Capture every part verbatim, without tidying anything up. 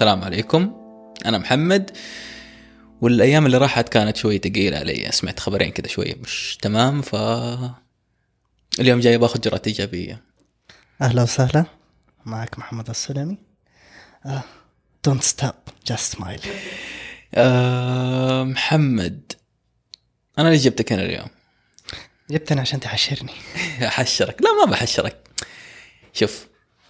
السلام عليكم. أنا محمد، والأيام اللي راحت كانت شوي تقيلة علي. سمعت خبرين كده شوية مش تمام، ف اليوم جاي باخذ جرعة إيجابية. أهلا وسهلا، معك محمد السلمي. uh, Don't stop, just smile. أه محمد، أنا اللي جبتك هنا اليوم. جبتني عشان تحشرني. أحشرك؟ لا، ما بحشرك. شوف،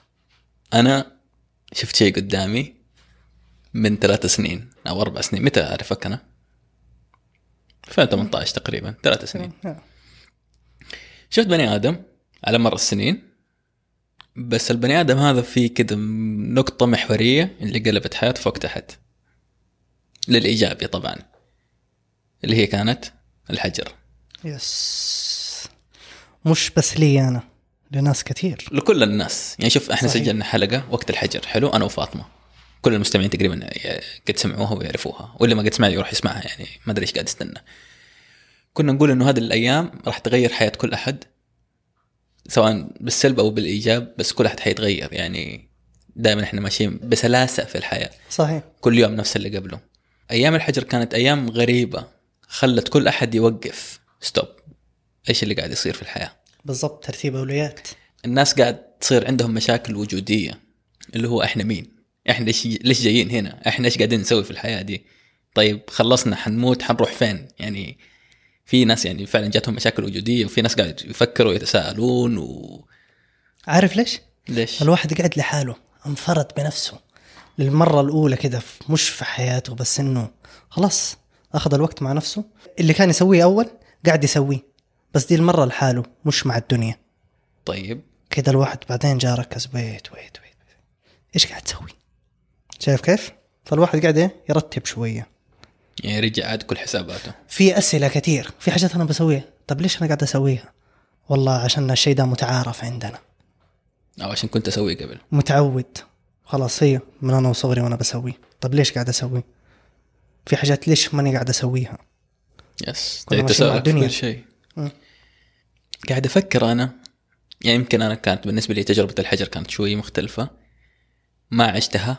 أنا شفت شيء قدامي من ثلاث سنين أو أربع سنين. متى أعرفك أنا؟ ألفين وثمانية عشر تقريبا، ثلاث سنين. شفت بني آدم على مر السنين، بس البني آدم هذا فيه كده نقطة محورية اللي قلبت حياته فوق تحت للإيجابي طبعا، اللي هي كانت الحجر. يس، مش بس لي أنا، لناس كتير، لكل الناس. يعني شوف، احنا صحيح. سجلنا حلقة وقت الحجر، حلو، أنا وفاطمة. كل المستمعين تقريبا قد سمعوها ويعرفوها، واللي ما قد سمع يروح يسمعها. يعني ما أدري إيش قاعد استنى. كنا نقول إنه هذه الأيام راح تغير حياة كل أحد، سواء بالسلب أو بالإيجاب، بس كل أحد حيتغير. يعني دائما إحنا ماشيين بسلاسة في الحياة، صحيح. كل يوم نفس اللي قبله. أيام الحجر كانت أيام غريبة، خلت كل أحد يوقف ستوب. إيش اللي قاعد يصير في الحياة؟ بالضبط، ترتيب أولويات. الناس قاعد تصير عندهم مشاكل وجودية، اللي هو إحنا مين؟ إحنا ليش ليش جايين هنا؟ إحنا إيش قاعدين نسوي في الحياة دي؟ طيب خلصنا حنموت حنروح فين؟ يعني في ناس يعني فعلا جاتهم مشاكل وجودية، وفي ناس قاعد يفكروا ويتساءلون. و... عارف ليش؟ ليش الواحد قاعد لحاله، انفرد بنفسه للمرة الأولى كده، مش في حياته بس، إنه خلاص أخذ الوقت مع نفسه. اللي كان يسويه أول قاعد يسويه، بس دي المرة لحاله مش مع الدنيا. طيب كده الواحد بعدين جاء ركز، ويت ويت ويت إيش قاعد تسوي؟ شايف كيف؟ فالواحد قاعد إيه يرتب شوية، يعني رجع عاد كل حساباته. في أسئلة كتير، في حاجات أنا بسويها، طب ليش أنا قاعد أسويها؟ والله عشان الشيء ده متعارف عندنا، أو عشان كنت أسويه قبل، متعود خلاص، هي من أنا وصغري وأنا بسوي. طب ليش قاعد أسوي؟ في حاجات ليش ماني قاعد أسويها؟ يس، كنا تقعد ماشيين مع تسألك في الدنيا. كل شيء. م. قاعد أفكر أنا، يعني يمكن أنا كانت بالنسبة لي تجربة الحجر كانت شوي مختلفة، ما عشتها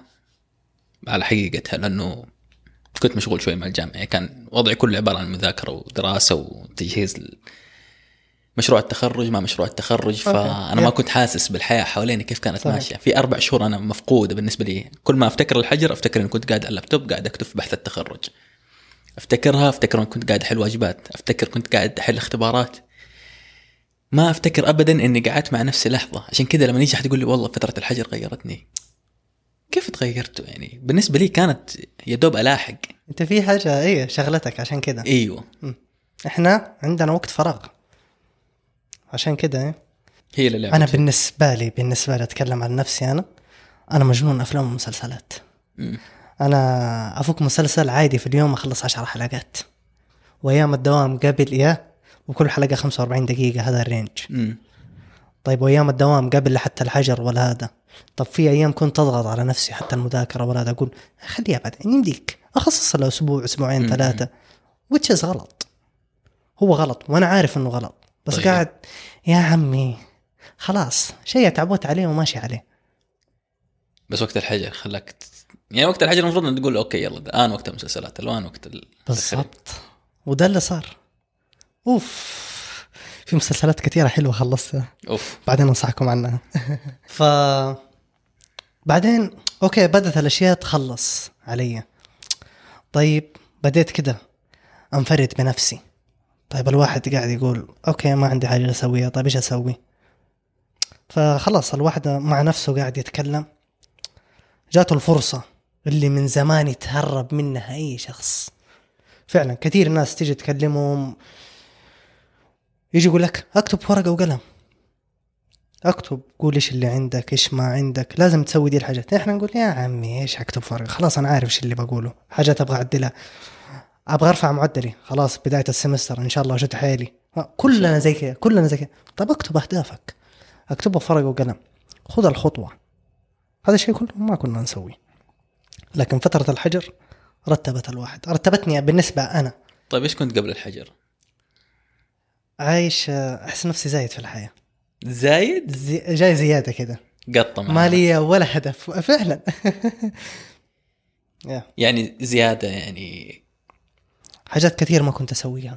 على حقيقتها لأنه كنت مشغول شوي مع الجامعة. يعني كان وضعي كله عبارة عن مذاكرة ودراسة وتجهيز مشروع التخرج ما مشروع التخرج. فأنا ما كنت حاسس بالحياة حواليني كيف كانت صحيح. ماشية في أربع شهور أنا مفقودة بالنسبة لي. كل ما أفتكر الحجر أفتكر أن كنت قاعد على اللابتوب قاعد أكتب في بحث التخرج، أفتكرها أفتكر أن كنت قاعد أحل واجبات، أفتكر كنت قاعد أحل اختبارات. ما أفتكر أبدا أني قعدت مع نفسي لحظة. عشان كده لما يجي أحد يقول لي والله فترة الحجر غيرتني، كيف تغيرته؟ يعني بالنسبة لي كانت يدوب ألاحق. أنت في حاجة إيه شغلتك عشان كده. أيوة، م. إحنا عندنا وقت فراغ عشان كده إيه؟ هي اللي أنا بالنسبة لي بالنسبة لي أتكلم عن نفسي، أنا أنا مجنون أفلام ومسلسلات. م. أنا أفك مسلسل عادي في اليوم أخلص عشر حلقات، وأيام الدوام قبل إياه وكل حلقة خمسة وأربعين دقيقة، هذا الرينج. م. طيب وأيام الدوام قبل حتى الحجر ولا هذا. طب في أيام كنت أضغط على نفسي حتى المذاكرة ولا هذا، أقول خليها بعدين يمديك أخصص له أسبوع أسبوعين ثلاثة، وتشز غلط. هو غلط وأنا عارف إنه غلط، بس طيب. قاعد يا عمي خلاص شيء تعبت عليه وماشي عليه. بس وقت الحجر خلاك يعني وقت الحجر المفروض أن تقول أوكي يلا الآن وقت المسلسلات، الآن وقت ال... بالضبط، وده اللي صار. أوف، في مسلسلات كثيرة حلوة خلصتها، أوف، بعدين أنصحكم عنها. ف بعدين أوكي بدأت الأشياء تخلص علي. طيب بديت كده أنفرد بنفسي. طيب الواحد قاعد يقول أوكي ما عندي حاجة أسويها، طيب إيش أسوي؟ فخلص الواحد مع نفسه قاعد يتكلم. جاته الفرصة اللي من زمان يتهرب منها أي شخص. فعلا كثير ناس تيجي تكلمهم، يجي يقول لك أكتب ورقة وقلم، أكتب قول إيش اللي عندك إيش ما عندك، لازم تسوي دي الحاجات. إحنا نقول يا عمي إيش أكتب ورقة، خلاص أنا عارف إيش اللي بقوله. حاجات أبغى أعدلها، أبغى أرفع معدلي، خلاص بداية السمستر إن شاء الله شد حيلي. كلنا زي كده، كلنا زي كده. طب أكتب أهدافك، أكتبها في ورقة وقلم، خذ الخطوة. هذا الشيء كله ما كنا نسوي، لكن فترة الحجر رتبت الواحد، رتبتني بالنسبة أنا. طيب إيش كنت قبل الحجر؟ عايش أحس نفسي زايد في الحياة. زايد؟ زي... جاي زيادة كده، قطة ما لي ولا هدف فعلا. yeah. يعني زيادة يعني. حاجات كثير ما كنت أسويها.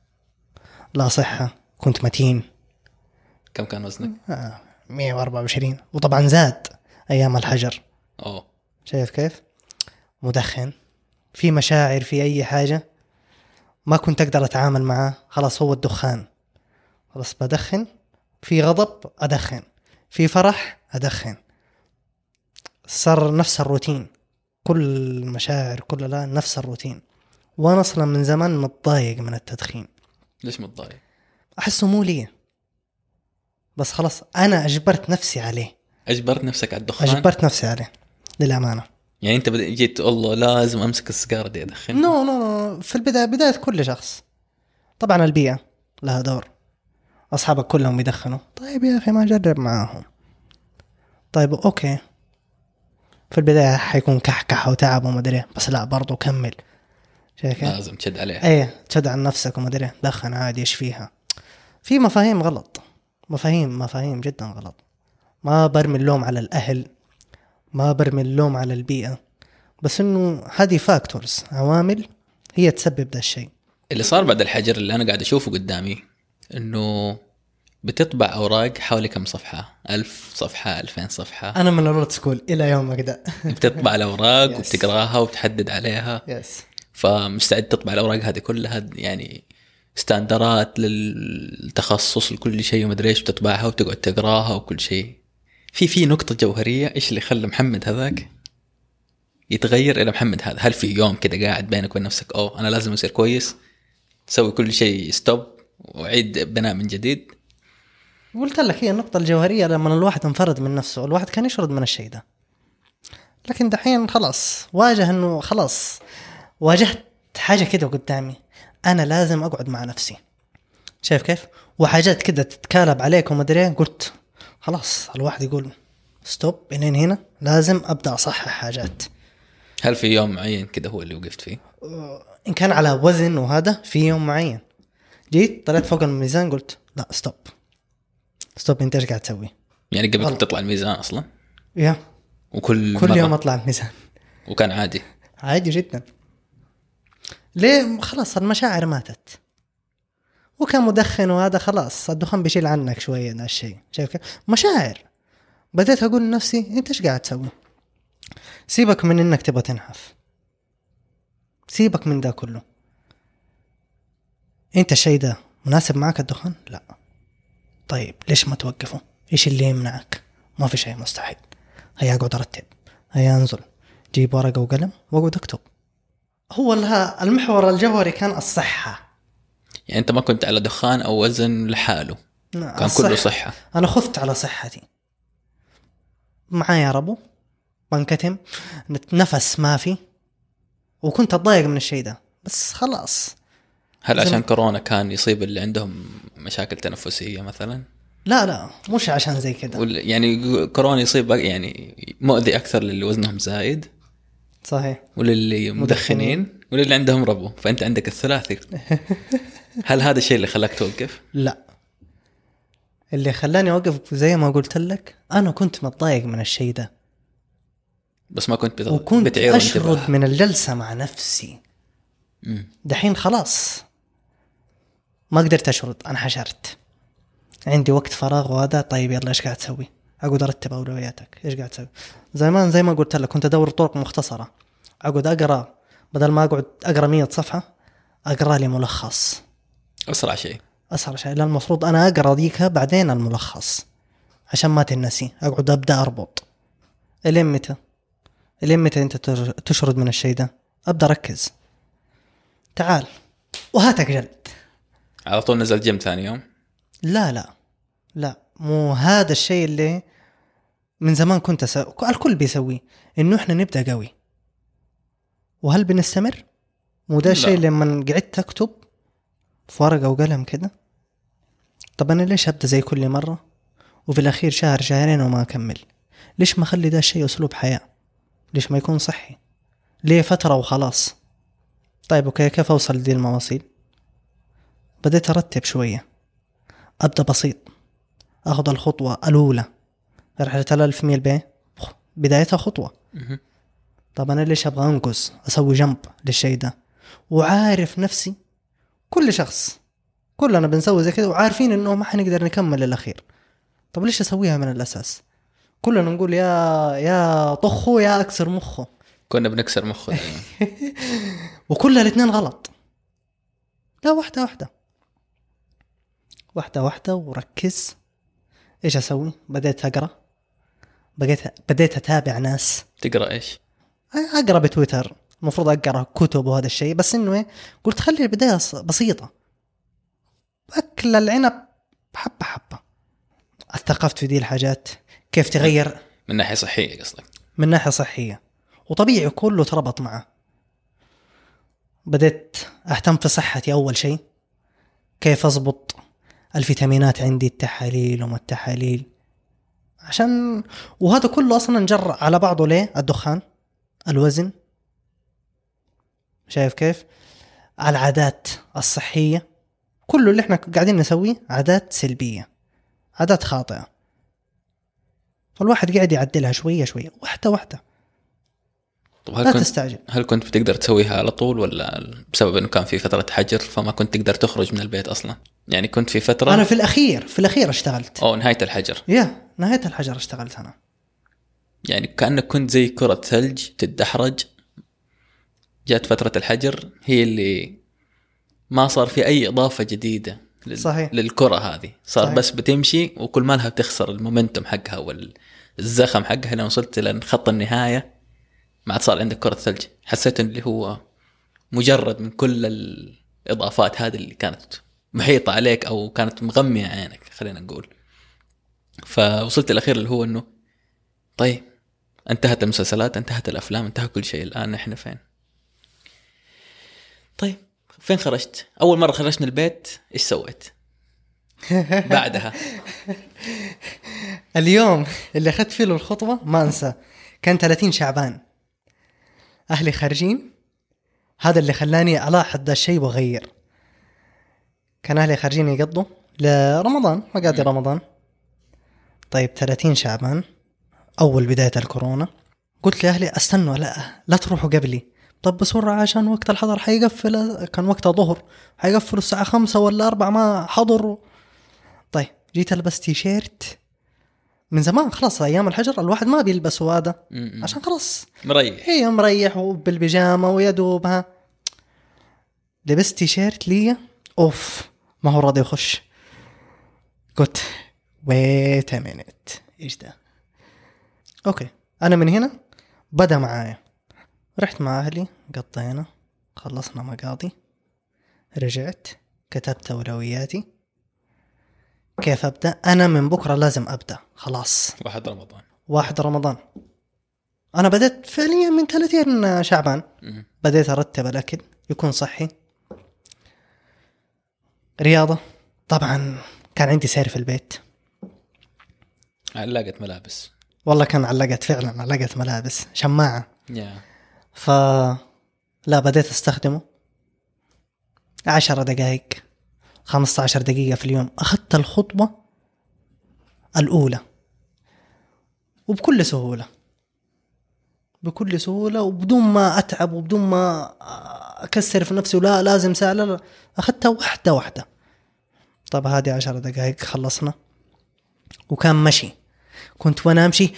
لا صحة، كنت متين. كم كان وزنك؟ آه. مية وأربعة وعشرين، وطبعا زاد أيام الحجر. أوه. شايف كيف؟ مدخن، في مشاعر، في أي حاجة ما كنت أقدر أتعامل معاه. خلاص هو الدخان، خلاص بدخن. في غضب أدخن، في فرح أدخن. صار نفس الروتين، كل المشاعر كلها لا نفس الروتين. وأنا أصلا من زمان متضايق من التدخين. ليش متضايق؟ أحسه مو لي، بس خلاص أنا أجبرت نفسي عليه. أجبرت نفسك على الدخان؟ أجبرت نفسي عليه للأمانة. يعني أنت بدأ جيت الله لازم أمسك السيجارة دي أدخن؟ نو نو نو في البداية، بداية كل شخص طبعا البيئة لها دور. أصحابك كلهم يدخنوا، طيب يا أخي ما جرب معاهم. طيب أوكي، في البداية حيكون كحكح وتعب ومدري، بس لا برضو كمل. لازم تشد عليها. ايه تشد عن نفسك ومدري، دخن عادي ايش فيها. في مفاهيم غلط، مفاهيم مفاهيم جدا غلط. ما برمي اللوم على الأهل، ما برمي اللوم على البيئة، بس إنه هذه فاكتورز، عوامل هي تسبب ده الشيء. اللي صار بعد الحجر اللي أنا قاعد أشوفه قدامي إنه بتطبع أوراق حوالي كم صفحة؟ ألف صفحة، ألفين صفحة. أنا من الأولد سكول إلى يومك ده. بتطبع الأوراق Yes. وبتقراها وبتحدد عليها. yes. فمستعد تطبع الأوراق هذه كلها، يعني ستاندرات للتخصص لكل شيء ومدري إيش، بتطبعها وتقعد تقراها وكل شيء. في في نقطة جوهرية، إيش اللي خلى محمد هذاك يتغير إلى محمد هذا؟ هل في يوم كده قاعد بينك وبين نفسك أوه أنا لازم أصير كويس، تسوي كل شيء ستوب وعيد بناء من جديد؟ قلت لك هي النقطة الجوهرية لما الواحد انفرد من نفسه. الواحد كان يشرد من الشيء ده، لكن دحين خلاص واجه انه خلاص واجهت حاجة كده قدامي، انا لازم اقعد مع نفسي. شايف كيف؟ وحاجات كده تتكالب عليك وما ادري، قلت خلاص الواحد يقول ستوب، انين هنا لازم ابدا اصحح حاجات. هل في يوم معين كده هو اللي وقفت فيه؟ ان كان على وزن وهذا، في يوم معين جيت طلعت فوق الميزان قلت لا ستوب ستوب، انت ايش قاعد تسوي؟ يعني قبل كنت تطلع الميزان اصلا؟ يا وكل كل مرة يوم اطلع الميزان وكان عادي عادي جدا. ليه؟ خلاص المشاعر ماتت، وكان مدخن وهذا خلاص الدخان بيشيل عنك شوية من هالشيء. شايف كيف؟ مشاعر. بديت أقول لنفسي أنت إيش قاعد تسوي؟ سيبك من إنك تبغى تنحف، سيبك من ده كله. أنت الشيء ده مناسب معك الدخان؟ لا. طيب ليش ما توقفه؟ إيش اللي يمنعك؟ ما في شيء مستحيل. هيا أقعد أرتب، هيا أنزل جيب ورقة وقلم وأقعد أكتب. هو لها المحور الجوهري كان الصحة. يعني أنت ما كنت على دخان أو وزن لحاله، كان الصحة. كله صحة. أنا خفت على صحتي، معايا ربو بنكتم، نفس ما في، وكنت أتضايق من الشيء ده، بس خلاص. هل عشان كورونا كان يصيب اللي عندهم مشاكل تنفسية مثلا؟ لا لا مش عشان زي كده. يعني كورونا يصيب يعني مؤذي أكثر للي وزنهم زايد صحيح، وللي مدخنين وللي عندهم ربو، فأنت عندك الثلاثي. هل هذا الشيء اللي خلاك توقف؟ لا، اللي خلاني أوقف زي ما قلت لك أنا كنت متضايق من الشيء ده، بس ما كنت بت... وكنت بتعير أشرد انتباه. من الجلسة مع نفسي. مم. دحين خلاص ما قدرت أشرد، أنا حشرت، عندي وقت فراغ وهذا. طيب يلا إيش قاعد تسوي؟ أقعد أرتب أولوياتك. إيش قاعد تسوي؟ زمان زي ما قلت لك كنت أدور طرق مختصرة، أقعد أقرأ، بدل ما أقعد أقرأ مية صفحة أقرأ لي ملخص. أسرع شيء أسرع شيء، لا المفروض أنا أقرأ ذيك بعدين الملخص عشان ما تنسي. أقعد أبدأ أربط إلين متى إلين متى أنت تشرد من الشيء ده. أبدأ ركز، تعال وهاتك جلد. على طول نزل جيم ثاني يوم؟ لا لا لا، مو هذا الشيء اللي من زمان كنت أسوي، الكل بيسويه، إنه إحنا نبدأ قوي. وهل بنستمر؟ مو ده الشيء اللي من قعدت أكتب في ورقة وقلم كده. طب أنا ليش أبدأ زي كل مرة وفي الأخير شهر شهرين وما أكمل؟ ليش ما أخلي ده الشيء أسلوب حياة؟ ليش ما يكون صحي؟ ليه فترة وخلاص؟ طيب أوكي، كيف أوصل لدي المواصيل؟ بديت أرتب شوية، أبدأ بسيط، أخذ الخطوة الأولى. رحلة الألف ميل بيه بدايتها خطوة. طب أنا ليش أبغى أنقص أسوي جنب للشيء ده وعارف نفسي؟ كل شخص كلنا بنسوي زي كده وعارفين إنه ما حنقدر نكمل الأخير. طب ليش أسويها من الأساس؟ كلنا نقول يا يا طخه يا أكسر مخه. كنا بنكسر مخه وكل الاثنين غلط. لا، واحدة واحدة واحدة واحدة وركز. إيش أسوي؟ بديت أقرأ، بديت بديت أتابع ناس. تقرأ إيش؟ أقرأ بتويتر، المفروض أقرأ كتب وهذا الشيء، بس إنه إيه، قلت خلي البداية بسيطة، أكل العنب حبة حبة. اتثقفت في دي الحاجات كيف تغير من ناحية صحية قصدك؟ من ناحية صحية وطبيعي، كله تربط معه. بديت أهتم في صحتي أول شيء، كيف أضبط الفيتامينات عندي، التحاليل وما التحاليل، عشان وهذا كله أصلا جر على بعضه. ليه؟ الدخان، الوزن، شايف كيف؟ العادات الصحية، كله اللي احنا قاعدين نسويه عادات سلبية، عادات خاطئة، فالواحد قاعد يعدلها شوية شوية، واحدة واحدة. طب هل لا كنت تستعجل. هل كنت بتقدر تسويها على طول، ولا بسبب انه كان في فترة حجر فما كنت تقدر تخرج من البيت اصلا؟ يعني كنت في فترة انا في الاخير في الاخير اشتغلت. او نهاية الحجر؟ يا نهاية الحجر اشتغلت انا. يعني كأنك كنت زي كرة ثلج تتدحرج، جات فترة الحجر هي اللي ما صار في اي اضافة جديدة لل... صحيح. للكرة هذه، صار صحيح. بس بتمشي وكل ما لها بتخسر المومنتم حقها والزخم حقها. لما وصلت لخط النهاية ما عاد صار عندك كرة ثلج، حسيت اللي هو مجرد من كل الإضافات هذه اللي كانت محيطة عليك أو كانت مغمية عينك، خلينا نقول. فوصلت الأخير اللي هو أنه طيب انتهت المسلسلات، انتهت الأفلام، انتهى كل شيء، الآن إحنا فين؟ طيب فين خرجت؟ أول مرة خرجت من البيت إيش سويت؟ بعدها اليوم اللي أخذت فيه الخطوة ما أنسى، كان ثلاثين شعبان، أهلي خارجين، هذا اللي خلاني ألاحظ ده الشيء وغير. كان أهلي خارجين يقضوا لرمضان، مقاضي رمضان. طيب ثلاثين شعبان، أول بداية الكورونا، قلت لأهلي استنوا، لا لا تروحوا قبلي، طب بسرعة عشان وقت الحضر حيقفل، كان وقت ظهر حيقفل الساعة خمسة ولا أربعة، ما حضروا. طيب جيت ألبس تيشيرت من زمان، خلاص أيام الحجر الواحد ما بيلبسوا هذا عشان خلاص مريح، هي مريح وبالبيجامة ويدوبها. لبست تيشيرت لي أوف، ما هو راضي يخش. قلت wait a minute، إيش ده؟ أوكي، أنا من هنا بدأ معايا. رحت مع أهلي، قضينا، خلصنا مقاضي، رجعت كتبت أولوياتي، كيف أبدأ؟ أنا من بكرة لازم أبدأ، خلاص واحد رمضان واحد رمضان. أنا بدأت فعليا من ثلاثين شعبان، بديت أرتب الأكل يكون صحي، رياضة. طبعا كان عندي سير في البيت، علقت ملابس، والله كان علقت فعلا، علقت ملابس، شماعة. yeah. فلا بديت أستخدمه عشر دقائق، خمسة عشر دقيقة في اليوم. أخذت الخطوة الأولى وبكل سهولة، بكل سهولة وبدون ما أتعب وبدون ما أكسر في نفسي ولا لازم ساعة، لا، أخذتها واحدة واحدة. طب هذه عشر دقائق خلصنا، وكان مشي، كنت وانا امشي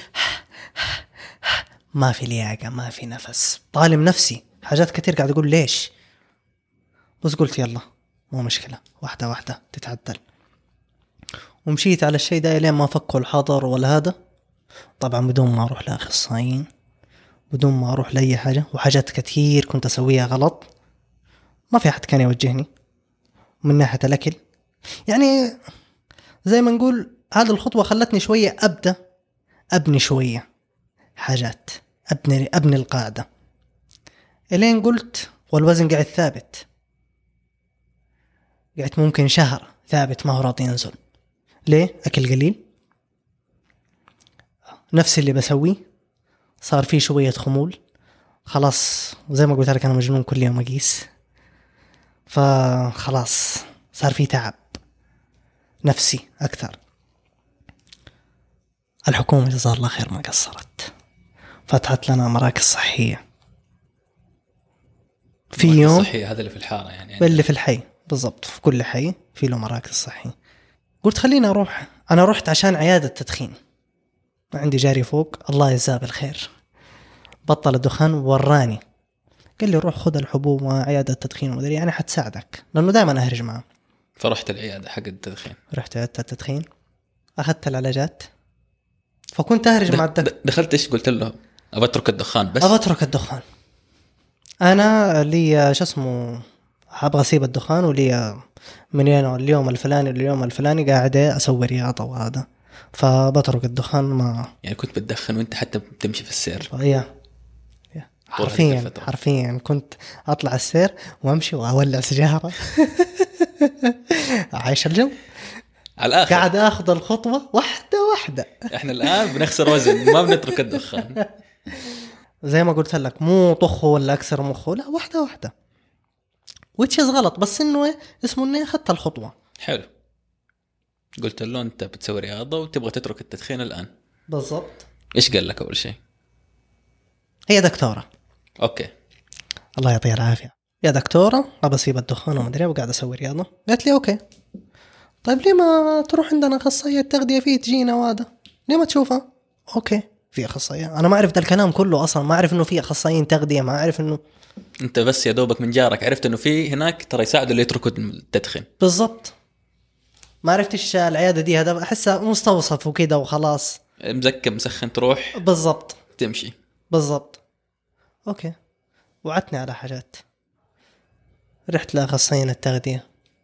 ما في لياقة، ما في نفس، طالم نفسي حاجات كتير، قاعد اقول ليش، بس قلت يلا مو مشكلة، واحدة واحدة تتعدل. ومشيت على الشيء ده لين ما فكوا الحظر ولا هذا، طبعا بدون ما اروح لاخصائيين، بدون ما اروح لاي حاجة، وحاجات كتير كنت اسويها غلط ما في احد كان يوجهني. من ناحية الاكل يعني زي ما نقول هذه الخطوة خلتني شوية أبدأ أبني شوية حاجات، أبني, أبني القاعدة، إلين قلت والوزن قاعد ثابت، قعدت ممكن شهر ثابت ما هو راضي ينزل. ليه؟ أكل قليل، نفس اللي بسويه، صار فيه شوية خمول، خلاص زي ما قلت لك أنا مجنون كل يوم أقيس، فخلاص صار فيه تعب نفسي أكثر. الحكومة جزاها الله خير ما قصرت، فتحت لنا مراكز صحية في يوم صحية هذا اللي في الحارة يعني, يعني اللي في الحي بالضبط، في كل حي في له مراكز صحية. قلت خليني أروح. أنا رحت عشان عيادة تدخين، عندي جاري فوق الله يجزاه بالخير بطل الدخان وراني، قال لي روح خذ الحبوب وعيادة التدخين ومدري يعني حتساعدك، لأنه دائما أهرج معه. فرحت العيادة حق التدخين، رحت عيادة التدخين أخذت العلاجات، فكنت أهرج مع الدكتور. دخلت إيش قلت له؟ أبى أترك الدخان بس. أبى أترك الدخان، أنا لي شو اسمه أبغى أسيب الدخان، ولي من اليوم الفلاني لليوم الفلاني قاعد أسوي رياضة وهذا، فبترك الدخان. ما يعني كنت بتدخن وأنت حتى بتمشي في السير؟ إيه حرفيا حرفيا كنت أطلع السير وأمشي وأولع سجارة عايش الجو على الآخر، قاعد أخذ الخطوة واحدة واحدة. إحنا الآن بنخسر وزن ما بنترك الدخان. زي ما قلت لك مو طخه ولا أكسر مخه، لا واحدة واحدة، وتشيز غلط، بس إنه إيه اسمه إني أخذت الخطوة. حلو. قلت له أنت بتسوي رياضة وتبغى تترك التدخين الآن. بالضبط. إيش قال لك أول شيء؟ هي دكتورة، أوكي الله يعطيها العافية، يا دكتورة أبى أسيب الدخان وما أدري وقاعد أسوي رياضة. قالت لي أوكي طيب ليه ما تروح عندنا أخصائية تغذية فيه تجينا وهذا، ليه ما تشوفها؟ أوكي في أخصائية، أنا ما أعرف ده الكلام كله أصلا، ما أعرف إنه في أخصائيين تغذية، ما أعرف إنه أنت بس يا دوبك من جارك عرفت إنه في هناك ترى يساعدوا اللي يتركوا التدخين. بالضبط. ما عرفتش العيادة دي هذا أحسها مستوصف وكذا وخلاص، مزكم مسخن تروح بالضبط تمشي. بالضبط. أوكي وعدتني على حاجات، رحت لأخصائيين التغذية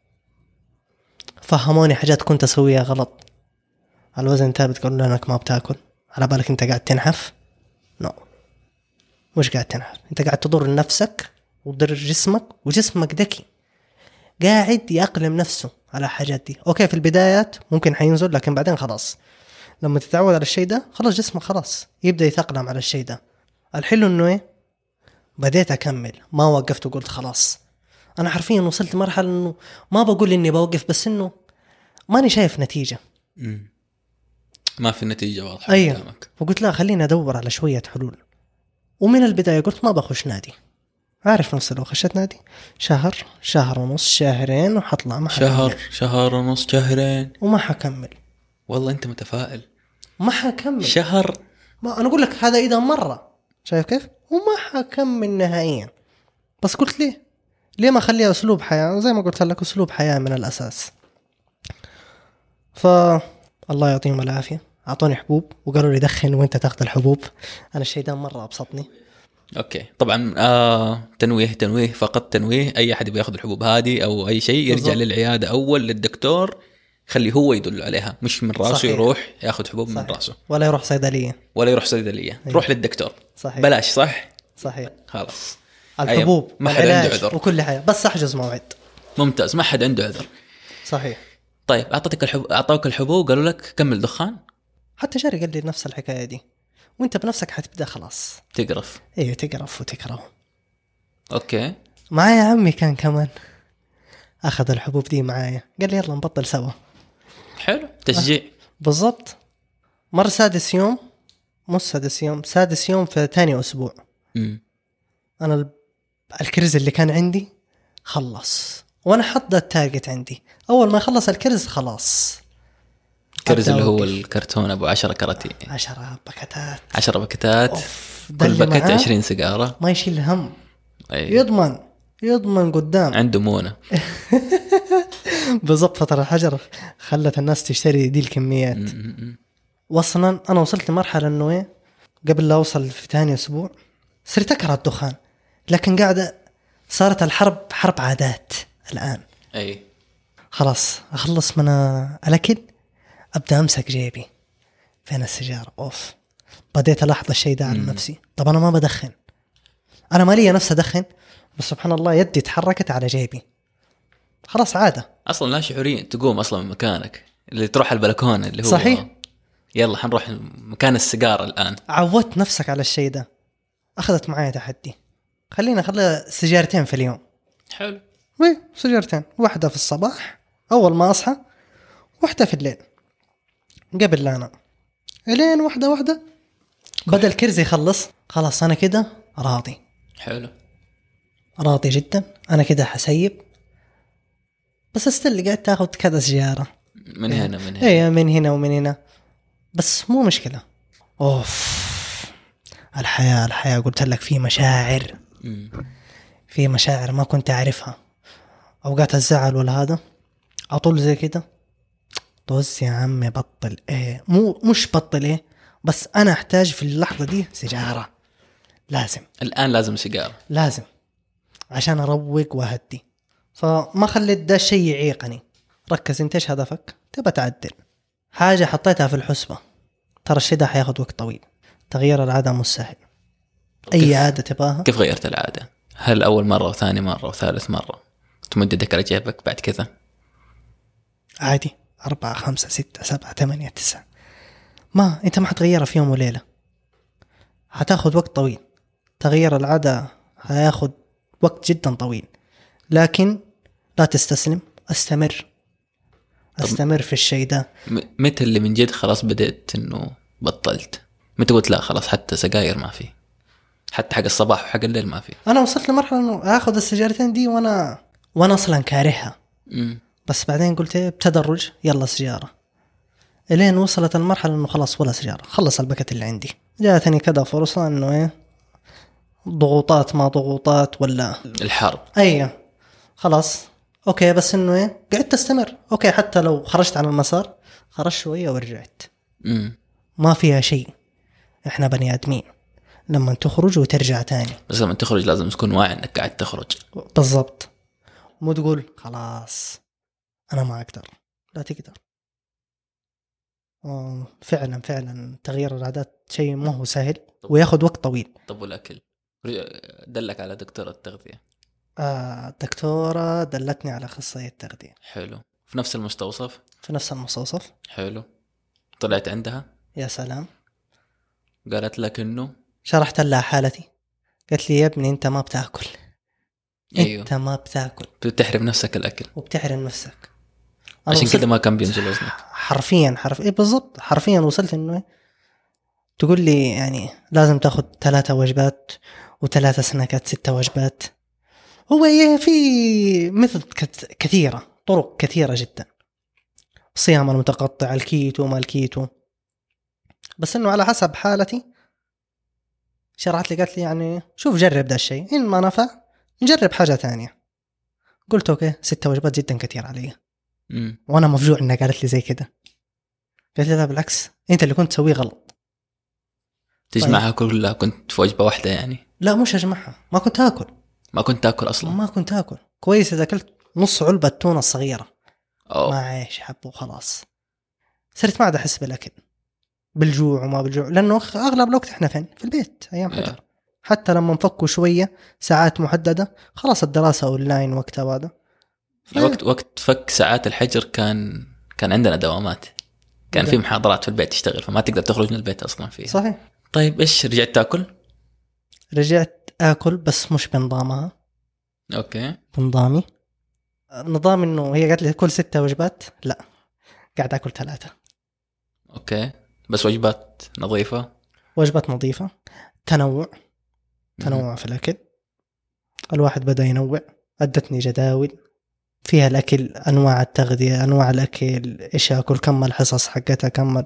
فهموني حاجات كنت أسويها غلط. على الوزن ثابت قالوا لي أنك ما بتاكل، على بالك أنت قاعد تنحف. نو no. مش قاعد تنحف، أنت قاعد تضر نفسك وتضر جسمك، وجسمك ذكي قاعد يأقلم نفسه على حاجات دي. أوكي في البدايات ممكن حينزل، لكن بعدين خلاص لما تتعود على الشيء ده خلاص جسمك خلاص يبدأ يتأقلم على الشيء ده. الحلو إنه إيه بديت أكمل، ما وقفت وقلت خلاص. أنا حرفيا وصلت مرحلة إنه ما بقول إني بوقف، بس إنه ماني شايف نتيجة. مم. ما في نتيجة واضحة أيوة. قدامك. وقلت لا خليني أدور على شوية حلول. ومن البداية قلت ما بخش نادي، عارف نفسي لو خشت نادي شهر شهر ونص شهرين وحطلع ما شهر حكمل. شهر ونص شهرين وما حكمل. والله أنت متفائل. ما حكمل شهر. ما أنا أقول لك هذا إذا مرة، شايف كيف؟ وما حكمل نهائيا. بس قلت ليه ليه ما خليها أسلوب حياة، زي ما قلت لك أسلوب حياة من الأساس. فالله يعطيهم العافية أعطوني حبوب وقالوا لي دخن وانت تاخذ الحبوب. أنا الشيء ده مرة أبسطني. أوكي طبعا آه تنويه تنويه فقط تنويه، أي أحد بياخذ الحبوب هذه أو أي شيء يرجع بالضبط للعيادة أول للدكتور، خلي هو يدل عليها، مش من راسه. صحيح. يروح ياخذ حبوب صحيح. من راسه، ولا يروح صيدلية ولا يروح صيدلية. أيوه. روح للدكتور. صحيح. بلاش. صح صحيح. خلاص الحبوب ما حد عنده عذر وكل حاجة، بس أحجز موعد. ممتاز، ما حد عنده عذر. صحيح. طيب أعطتك الحبوب، أعطوك الحبوب قالوا لك كمل دخان. حتى جاري قال لي نفس الحكاية دي، وانت بنفسك حتبدأ خلاص تقرف. ايه تقرف وتكره. اوكي معايا عمي كان كمان اخذ الحبوب دي معايا، قال لي يلا نبطل سوا. حلو تشجيع. أه. بالضبط. مر سادس يوم، مش سادس يوم، سادس يوم في ثاني اسبوع. امم انا الكرز اللي كان عندي خلص، وانا حط التارجت عندي اول ما يخلص الكرز خلاص. كرز اللي هو الكرتون ابو عشرة كراتين، عشرة باكتات عشرة باكتات، كل باكت عشرين سيجارة، ما يشيل هم. أي. يضمن يضمن قدام عنده مونة. بالضبط. فترة الحجر خلت الناس تشتري دي الكميات. وصلا أنا وصلت لمرحلة إنه إيه قبل لا أوصل في ثاني أسبوع صرت أكره الدخان، لكن قاعدة صارت الحرب حرب عادات الآن. أي خلاص أخلص من الأكل أبدأ أمسك جيبي فين السيجارة. أوف بديت ألاحظ الشيء ده على مم. نفسي. طب أنا ما بدخن، أنا ما لي نفس أدخن، بس سبحان الله يدي تحركت على جيبي خلاص عادة. أصلا لا شعوريا تقوم أصلا من مكانك اللي تروح البلكونة اللي هو صحيح. يلا حنروح مكان السيجارة الآن. عودت نفسك على الشيء ده. أخذت معايا تحدي، خلينا خليها سيجارتين في اليوم. حلو. وي سيجارتين، واحدة في الصباح أول ما أصحى، واحدة في الليل قبل لا أنام. إلين واحدة واحدة بدل كرزي يخلص خلاص أنا كده راضي. حلو. راضي جدا، انا كده حسيب، بس استل قاعد تاخذ كذا سيارة من هنا من هنا. ايه من هنا ومن هنا، بس مو مشكلة. اوف الحياة الحياة قلت لك في مشاعر، مم. في مشاعر ما كنت أعرفها. أوقات الزعل ولا هذا أطول زي كده، طز يا عمي بطل إيه، مو مش بطل إيه، بس أنا أحتاج في اللحظة دي سيجارة، لازم الآن لازم سيجارة، لازم عشان أروق وأهدي. فما خليت ده الشيء يعيقني. ركز انت ايش هدفك، تبى تعدل حاجة حطيتها في الحسبة، ترى الشيء ده حياخد وقت طويل. تغيير العادة مش سهل، أي عادة تباها. كيف غيرت العادة؟ هل أول مرة وثاني مرة وثالث مرة تمددك رجابك بعد كذا؟ عادي أربعة خمسة ستة سبعة ثمانية تسعة، ما أنت ما حتغيرها في يوم وليلة، حتاخد وقت طويل. تغيير العادة هياخد وقت جدا طويل، لكن لا تستسلم، استمر استمر في الشيء ده. م- متى اللي من جد خلاص بدأت إنه بطلت؟ متى قلت لا خلاص حتى سجاير ما في، حتى حق الصباح وحق الليل ما في؟ أنا وصلت لمرحلة إنه آخذ السجارتين دي وأنا وأنا أصلا كارهها، مم. بس بعدين قلت إيه بتدرج يلا سجارة، إلين وصلت المرحلة إنه خلاص ولا سجارة، خلص البكت اللي عندي. جاءتني كذا فرصة إنه إيه ضغوطات ما ضغوطات ولا الحرب. أي خلاص أوكي، بس إنه إيه قعدت أستمر. أوكي حتى لو خرجت عن المسار خرجت شوية ورجعت، مم. ما فيها شيء. إحنا بني آدمين لما تخرج وترجع تاني. بس لما تخرج لازم تكون واعي إنك قاعد تخرج. بالضبط، مو تقول خلاص أنا ما أقدر، لا تقدر. آه، فعلا فعلا تغيير العادات شيء ما هو سهل وياخد وقت طويل. طب والأكل؟ دلك على دكتور التغذية؟ آه، الدكتورة دلتني على أخصائية التغذية. حلو. في نفس المستوصف؟ في نفس المستوصف. حلو. طلعت عندها؟ يا سلام. قالت لك إنه؟ شرحت لها حالتي، قالت لي يا ابني أنت ما بتاكل. أيوه. أنت ما بتاكل بتحرم نفسك الأكل وبتحرم نفسك. عشان كده ما كان بينزل وزنك. حرفيا حرف إيه بالضبط، حرفيا وصلت إنه تقول لي يعني لازم تاخذ ثلاثة وجبات وثلاثة سناكات ستة وجبات. هو إيه في مثل كثيرة طرق كثيرة جدا، الصيام المتقطع، الكيتو ما الكيتو، بس إنه على حسب حالتي. شرحت لي قالت لي يعني شوف جرب ده الشيء، إن ما نفع نجرب حاجة ثانية. قلت أوكي ستة وجبات جدا كثير علي. مم. وأنا مفجوع إنها قالت لي زي كده. قالت لي لا بالعكس أنت اللي كنت تسويه غلط. تجمعها طيب. كلها كنت في وجبة واحدة يعني؟ لا مش أجمعها، ما كنت أكل. ما كنت تأكل أصلا؟ ما كنت أكل كويس، إذا أكلت نص علبة تونة الصغيرة أوه. ما عيش حبه وخلاص. صرت ما عاد أحس بالأكل بالجوع وما بالجوع، لأنه أغلب الوقت إحنا فين في البيت أيام حجر. yeah. حتى لما نفكوا شوية ساعات محددة خلاص الدراسة أونلاين وقتها هذا. ف... وقت وقت فك ساعات الحجر كان كان عندنا دوامات، كان في محاضرات في البيت تشتغل، فما تقدر تخرج من البيت أصلا فيها. صحيح. طيب إيش رجعت تأكل؟ رجعت أكل بس مش بنظامها. أوكي. بنظامي نظام إنه هي قالت لي كل ستة وجبات، لا قاعد أكل ثلاثة. أوكي بس وجبات نظيفة. وجبات نظيفة، تنوع تنوع م- في الأكل. الواحد بدأ ينوع، أدتني جداول فيها الأكل، أنواع التغذية، أنواع الأكل، إيش أكل، كم الحصص حقتها، كم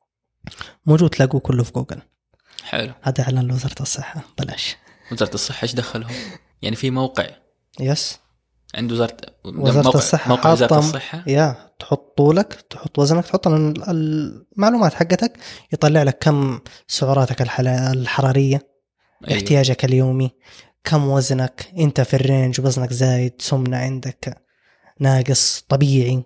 موجود تلاقوه كله في جوجل. حلو. هذا إعلان لوزارة الصحة بلاش. وزارة الصحة إيش دخلهم؟ يعني في موقع يس عند وزارة وزارة موقع الصحة، موقع وزارة الصحة. يا تحط طولك، تحط وزنك، تحط المعلومات حقتك، يطلع لك كم سعراتك الحرارية، أيوه. احتياجك اليومي، كم وزنك انت في الرينج، وزنك زايد، سمنة عندك، ناقص، طبيعي.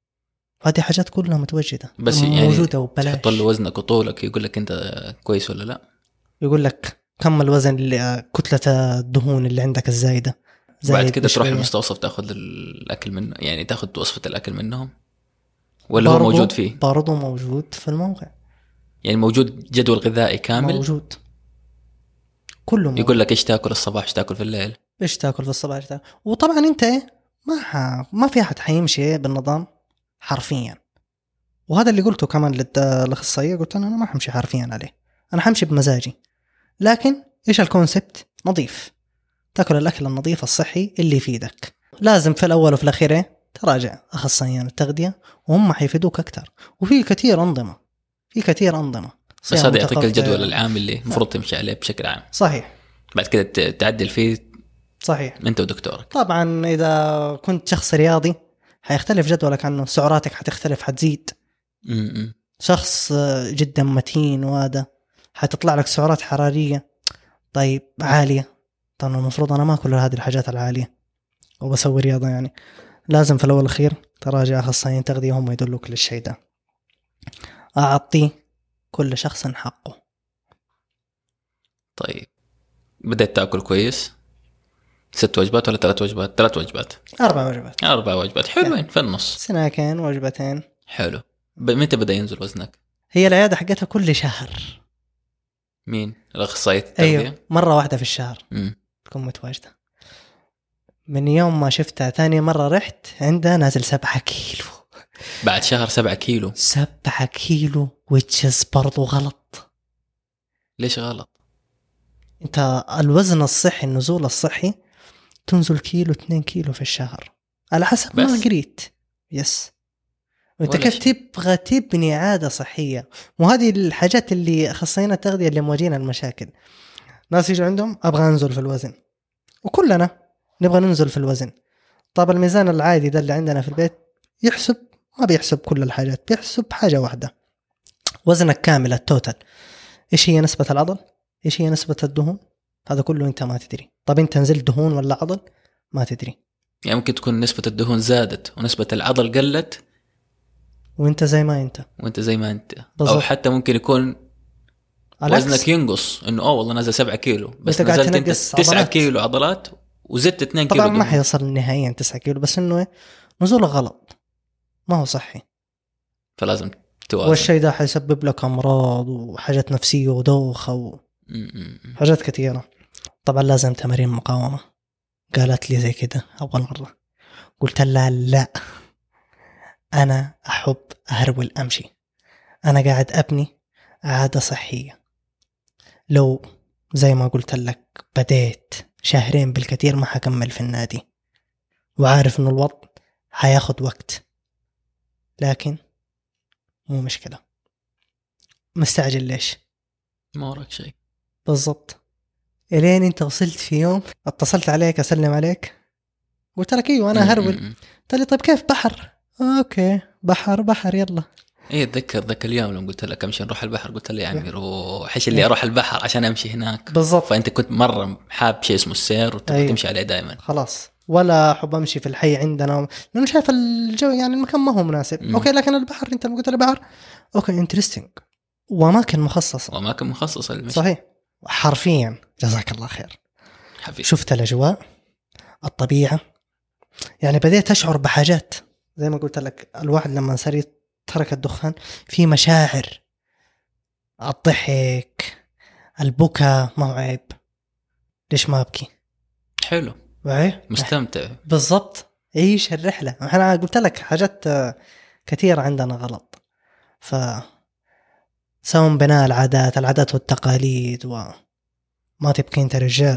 هذه حاجات كلها متوجدة بس موجودة يعني وبلاش. تحط له وزنك وطولك يقول لك انت كويس ولا لا. يقول لك كم الوزن اللي كتلة الدهون اللي عندك الزايدة. بعد كده تروح المستوصف تاخذ الاكل منه، يعني تاخذ وصفة الاكل منهم ولا هو موجود فيه؟ برضو موجود في الموقع، يعني موجود جدول غذائي كامل موجود كله موجود. يقول لك ايش تاكل الصباح، ايش تاكل في الليل، ايش تاكل في الصباح، ايش تاكل. وطبعا انت ما ح... ما في احد حيمشي بالنظام حرفيا، وهذا اللي قلته كمان للاخصائيه، قلت انا ما حمشي حرفيا عليه، انا حمشي بمزاجي، لكن ايش الكونسبت نظيف، تاكل الاكل النظيف الصحي اللي يفيدك. لازم في الاول وفي الاخير إيه؟ تراجع اخصائيين التغذيه وهم حيفيدوك اكثر. وفي كثير انظمه في كثير انظمه بس هذا يعطيك الجدول العام اللي المفروض تمشي عليه بشكل عام. صحيح. بعد كده تعدل فيه. صحيح. انت ودكتورك. طبعا اذا كنت شخص رياضي حيختلف جدولك عنه، سعراتك حتختلف حتزيد. م-م. شخص جدا متين وهذا حتطلع لك سعرات حراريه طيب عاليه. طبعا المفروض انا ما اكل هذه الحاجات العاليه وبسوي رياضه، يعني لازم في الاول والاخير تراجع اخصائيين تغذيه هم يدلوك للشيء ده. اعطي كل شخص حقه. طيب بدأت تاكل كويس؟ ست وجبات ولا ثلاث وجبات؟ ثلاث وجبات. اربع وجبات. اربع وجبات حلوين في النص. سناكين وجبتين. حلو. متى بدأ ينزل وزنك؟ هي العياده حقتها كل شهر. مين الاخصائي التغذيه؟ ايوه مره واحده في الشهر امم تكون متواجده. من يوم ما شفتها ثاني مره رحت عندها نازل سبعة كيلو. بعد شهر سبعة كيلو؟ سبعة كيلو وتشز برضو غلط. ليش غلط؟ انت الوزن الصحي النزول الصحي تنزل كيلو اثنين كيلو في الشهر على حسب بس. ما قريت. يس. وانت كيف تبغى تبني عادة صحية؟ وهذه الحاجات اللي اخصائيين التغذية اللي مواجهين المشاكل. ناس يجوا عندهم ابغى انزل في الوزن، وكلنا نبغى ننزل في الوزن. طب الميزان العادي ده اللي عندنا في البيت يحسب ما بيحسب كل الحاجات، بيحسب حاجة واحدة، وزنك كامل التوتال. ايش هي نسبة العضل، ايش هي نسبة الدهون، هذا كله انت ما تدري. طب انت نزلت دهون ولا عضل ما تدري. يعني ممكن تكون نسبة الدهون زادت ونسبة العضل قلت وانت زي ما انت وانت زي ما انت بالضبط. او حتى ممكن يكون وزنك ينقص، انه اوه والله نزل سبعة كيلو بس نزلت انت تسعة كيلو عضلات وزدت اثنين كيلو. طبعا ما حيوصل نهائيا تسعة كيلو، بس انه نزوله غلط ما هو صحي، فلازم توازن. والشيء ده حيسبب لك امراض وحاجات نفسيه ودوخه وحاجات كثيره. طبعا لازم تمارين مقاومه. قالت لي زي كده اول مره، قلت لها لا انا احب اهرول امشي، انا قاعد ابني عاده صحيه. لو زي ما قلت لك بديت شهرين بالكثير ما حكمل في النادي، وعارف انه الوضع حياخد وقت، لكن مو مشكلة. مستعجل ليش؟ ما وراك شيء بالضبط. إلين انت وصلت في يوم اتصلت عليك اسلم عليك قلت لك ايوه انا هرول. قلت لي طيب كيف بحر؟ آه اوكي بحر بحر يلا. ايه اتذكر ذاك اليوم لما قلت لك امشي نروح البحر، قلت لي يا عمي روح، ايش اللي اروح البحر عشان امشي هناك. بالضبط. فانت كنت مره حاب شيء اسمه السير وتبغى تمشي عليه دائما. خلاص ولا احب امشي في الحي عندنا لانه شايف الجو يعني المكان ما هو مناسب. م. اوكي لكن البحر انت قلت لي بحر اوكي انترستينج، واماكن مخصصه واماكن مخصصه للمشي. صحيح حرفيا. جزاك الله خير حبيبي. شفت الاجواء الطبيعه، يعني بديت اشعر بحاجات زي ما قلت لك. الواحد لما صار ترك الدخان في مشاعر، الضحك البكاء ما هو عيب، ليش ما ابكي؟ حلو وعي مستمتع بالضبط. ايش الرحله. انا قلت لك حاجات كثيره عندنا غلط، ف سووا بناء العادات العادات والتقاليد، وما تبكي انت رجال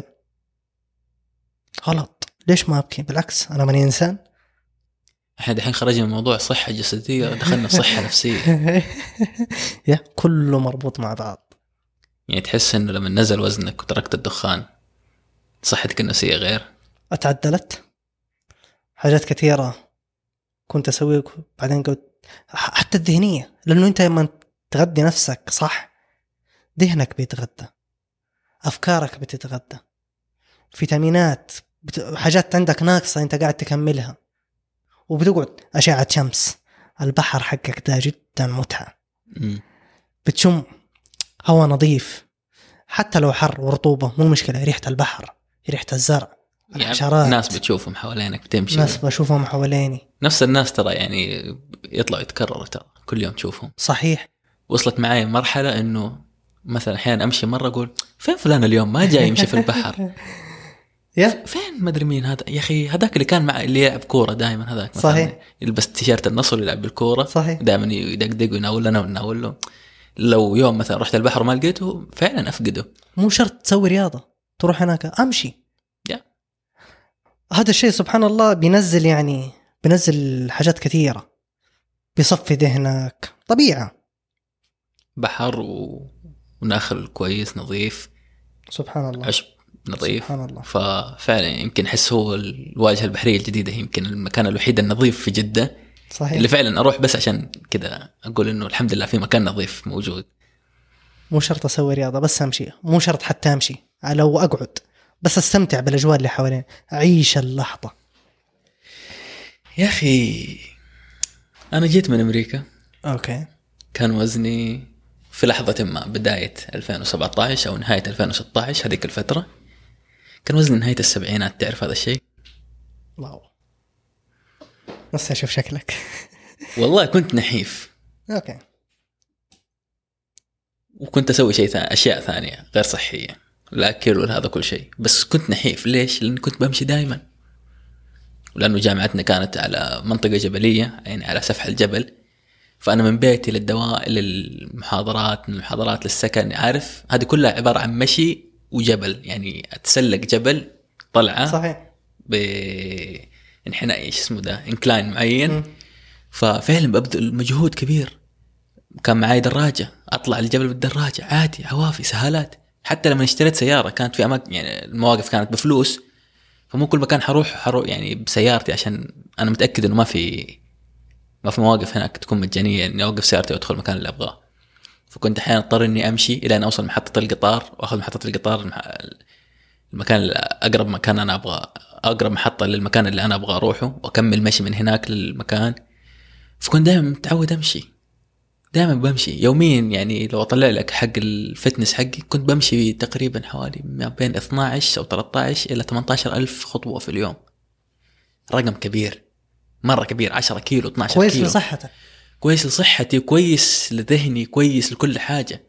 غلط. ليش ما ابكي؟ بالعكس انا ماني انسان. احنا دحين خرجنا من موضوع صحه جسديه دخلنا صحه نفسيه. يا كله مربوط مع بعض. يعني تحس انه لما نزل وزنك وتركت الدخان صحتك النفسيه غير؟ اتعدلت حاجات كثيره كنت اسويها بعدين قلت حتى الذهنيه، لانه انت لما تغذي نفسك صح ذهنك بيتغذى، افكارك بتتغذى، فيتامينات بت... حاجات عندك ناقصه انت قاعد تكملها، وبتقعد اشعه شمس. البحر حقك ده جدا متعه. م. بتشم هواء نظيف حتى لو حر ورطوبه مو مشكله، ريحه البحر ريحه الزرع الحشرات. يعني ناس بتشوفهم حوالينك بتمشي، ناس بشوفهم حواليني نفس الناس ترى يعني يطلعوا يتكرروا ترى كل يوم تشوفهم. صحيح. وصلت معي مرحله انه مثلا احيانا امشي مره اقول فين فلان اليوم ما جاي يمشي في البحر. يا فين ما ادري مين هذا يا اخي، هذاك اللي كان مع اللي يلعب كوره دائما، هذاك صحيح يلبس تيشيرت النصر ويلعب بالكوره صحيح دائما يدقدق ويناول لنا ونناول له. لو يوم مثلا رحت البحر وما لقيته فعلا افقده. مو شرط تسوي رياضه تروح هناك امشي يا هذا الشيء سبحان الله بينزل يعني بينزل حاجات كثيرة، بيصفي ذهنك، طبيعة. بحر و... وناخل كويس نظيف، سبحان الله، عشب نظيف. سبحان الله. ففعلا يمكن حس هو الواجهة البحرية الجديدة، يمكن المكان الوحيد النظيف في جدة. صحيح. اللي فعلا أروح بس عشان كده أقول إنه الحمد لله في مكان نظيف موجود. مو شرط أسوي رياضة بس أمشي، مو شرط حتى أمشي، لو أقعد بس أستمتع بالأجواء اللي حوالين، أعيش اللحظة. يا أخي أنا جيت من أمريكا. أوكي. كان وزني في لحظة ما بداية ألفين وسبعة عشر أو نهاية ألفين وستة عشر، هذيك الفترة كان وزني نهاية السبعينات. تعرف هذا الشيء؟ واو، بس أشوف شكلك. والله كنت نحيف. أوكي. وكنت أسوي شيء ثاني، أشياء ثانية غير صحية، لا أكل ولا هذا كل شيء، بس كنت نحيف. ليش؟ لأن كنت بمشي دائما، ولأنه جامعتنا كانت على منطقة جبلية، يعني على سفح الجبل. فأنا من بيتي للدواء للمحاضرات، من المحاضرات للسكن، عارف هذه كلها عبارة عن مشي وجبل، يعني أتسلق جبل طلعة. صحيح. بانحناء إيش اسمه ده، إنكلاين معين. م. ففعلا ببذل مجهود كبير. كان معاي دراجة، أطلع الجبل بالدراجة عادي، عوافي سهالات. حتى لما اشتريت سيارة كانت في أماكن، يعني المواقف كانت بفلوس، فمو كل مكان حروح حروح يعني بسيارتي، عشان أنا متأكد إنه ما في ما في مواقف هناك تكون مجانية إني أوقف سيارتي وأدخل المكان اللي أبغاه. فكنت أحيانا أضطر إني أمشي إلى أن أوصل محطة القطار، وأخذ محطة القطار المكان أقرب مكان أنا أبغى، أقرب محطة للمكان اللي أنا أبغى أروحه، وأكمل مشي من هناك للمكان. فكنت دائما متعود أمشي، دائما بمشي يوميا. يعني لو أطلع لك حق الفتنس حقي، كنت بمشي تقريبا حوالي ما بين اثنا عشر أو ثلاثة عشر إلى ثمانية عشر ألف خطوة في اليوم. رقم كبير، مرة كبير. عشرة كيلو، اثنا عشر كويس كيلو. لصحتك. كويس لصحتي، كويس لذهني، كويس لكل حاجة.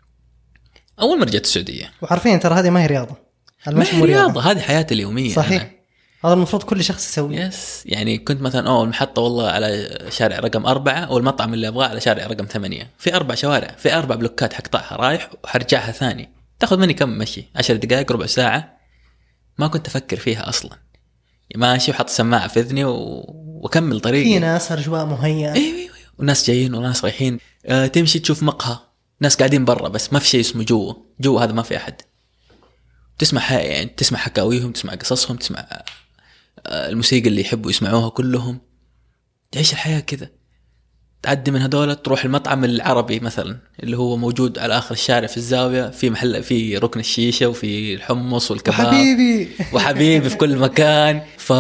أول ما رجعت السعودية، وعارفين ترى هذه ما هي رياضة، ما هي رياضة، هذه حياتي اليومية. صحيح أنا. هذا المفروض كل شخص يسويه. يس، يعني كنت مثلا أول محطة والله على شارع رقم أربعة، والمطعم اللي أبغاه على شارع رقم ثمانية. في أربع شوارع، في أربع بلوكات حقطعها رايح وحرجعها ثاني، تأخذ مني كم مشي؟ عشر دقائق، ربع ساعة. ما كنت أفكر فيها أصلا، ماشي وحط سماعة في إذني و... وكمل طريقي. في ناس أجواء مهيئة. أيوة أيوة. وناس جايين وناس رايحين. أه تمشي تشوف مقهى، ناس قاعدين برا، بس ما في شيء اسمه جوا. جوا هذا ما في أحد. تسمع ح... يعني تسمع حكاويهم، تسمع قصصهم، تسمع الموسيقى اللي يحبوا يسمعوها كلهم. تعيش الحياة كذا. تعدي من هذول تروح المطعم العربي مثلا اللي هو موجود على آخر الشارع في الزاوية، في محل، في ركن الشيشة، وفي الحمص والكباب وحبيبي وحبيبي في كل مكان.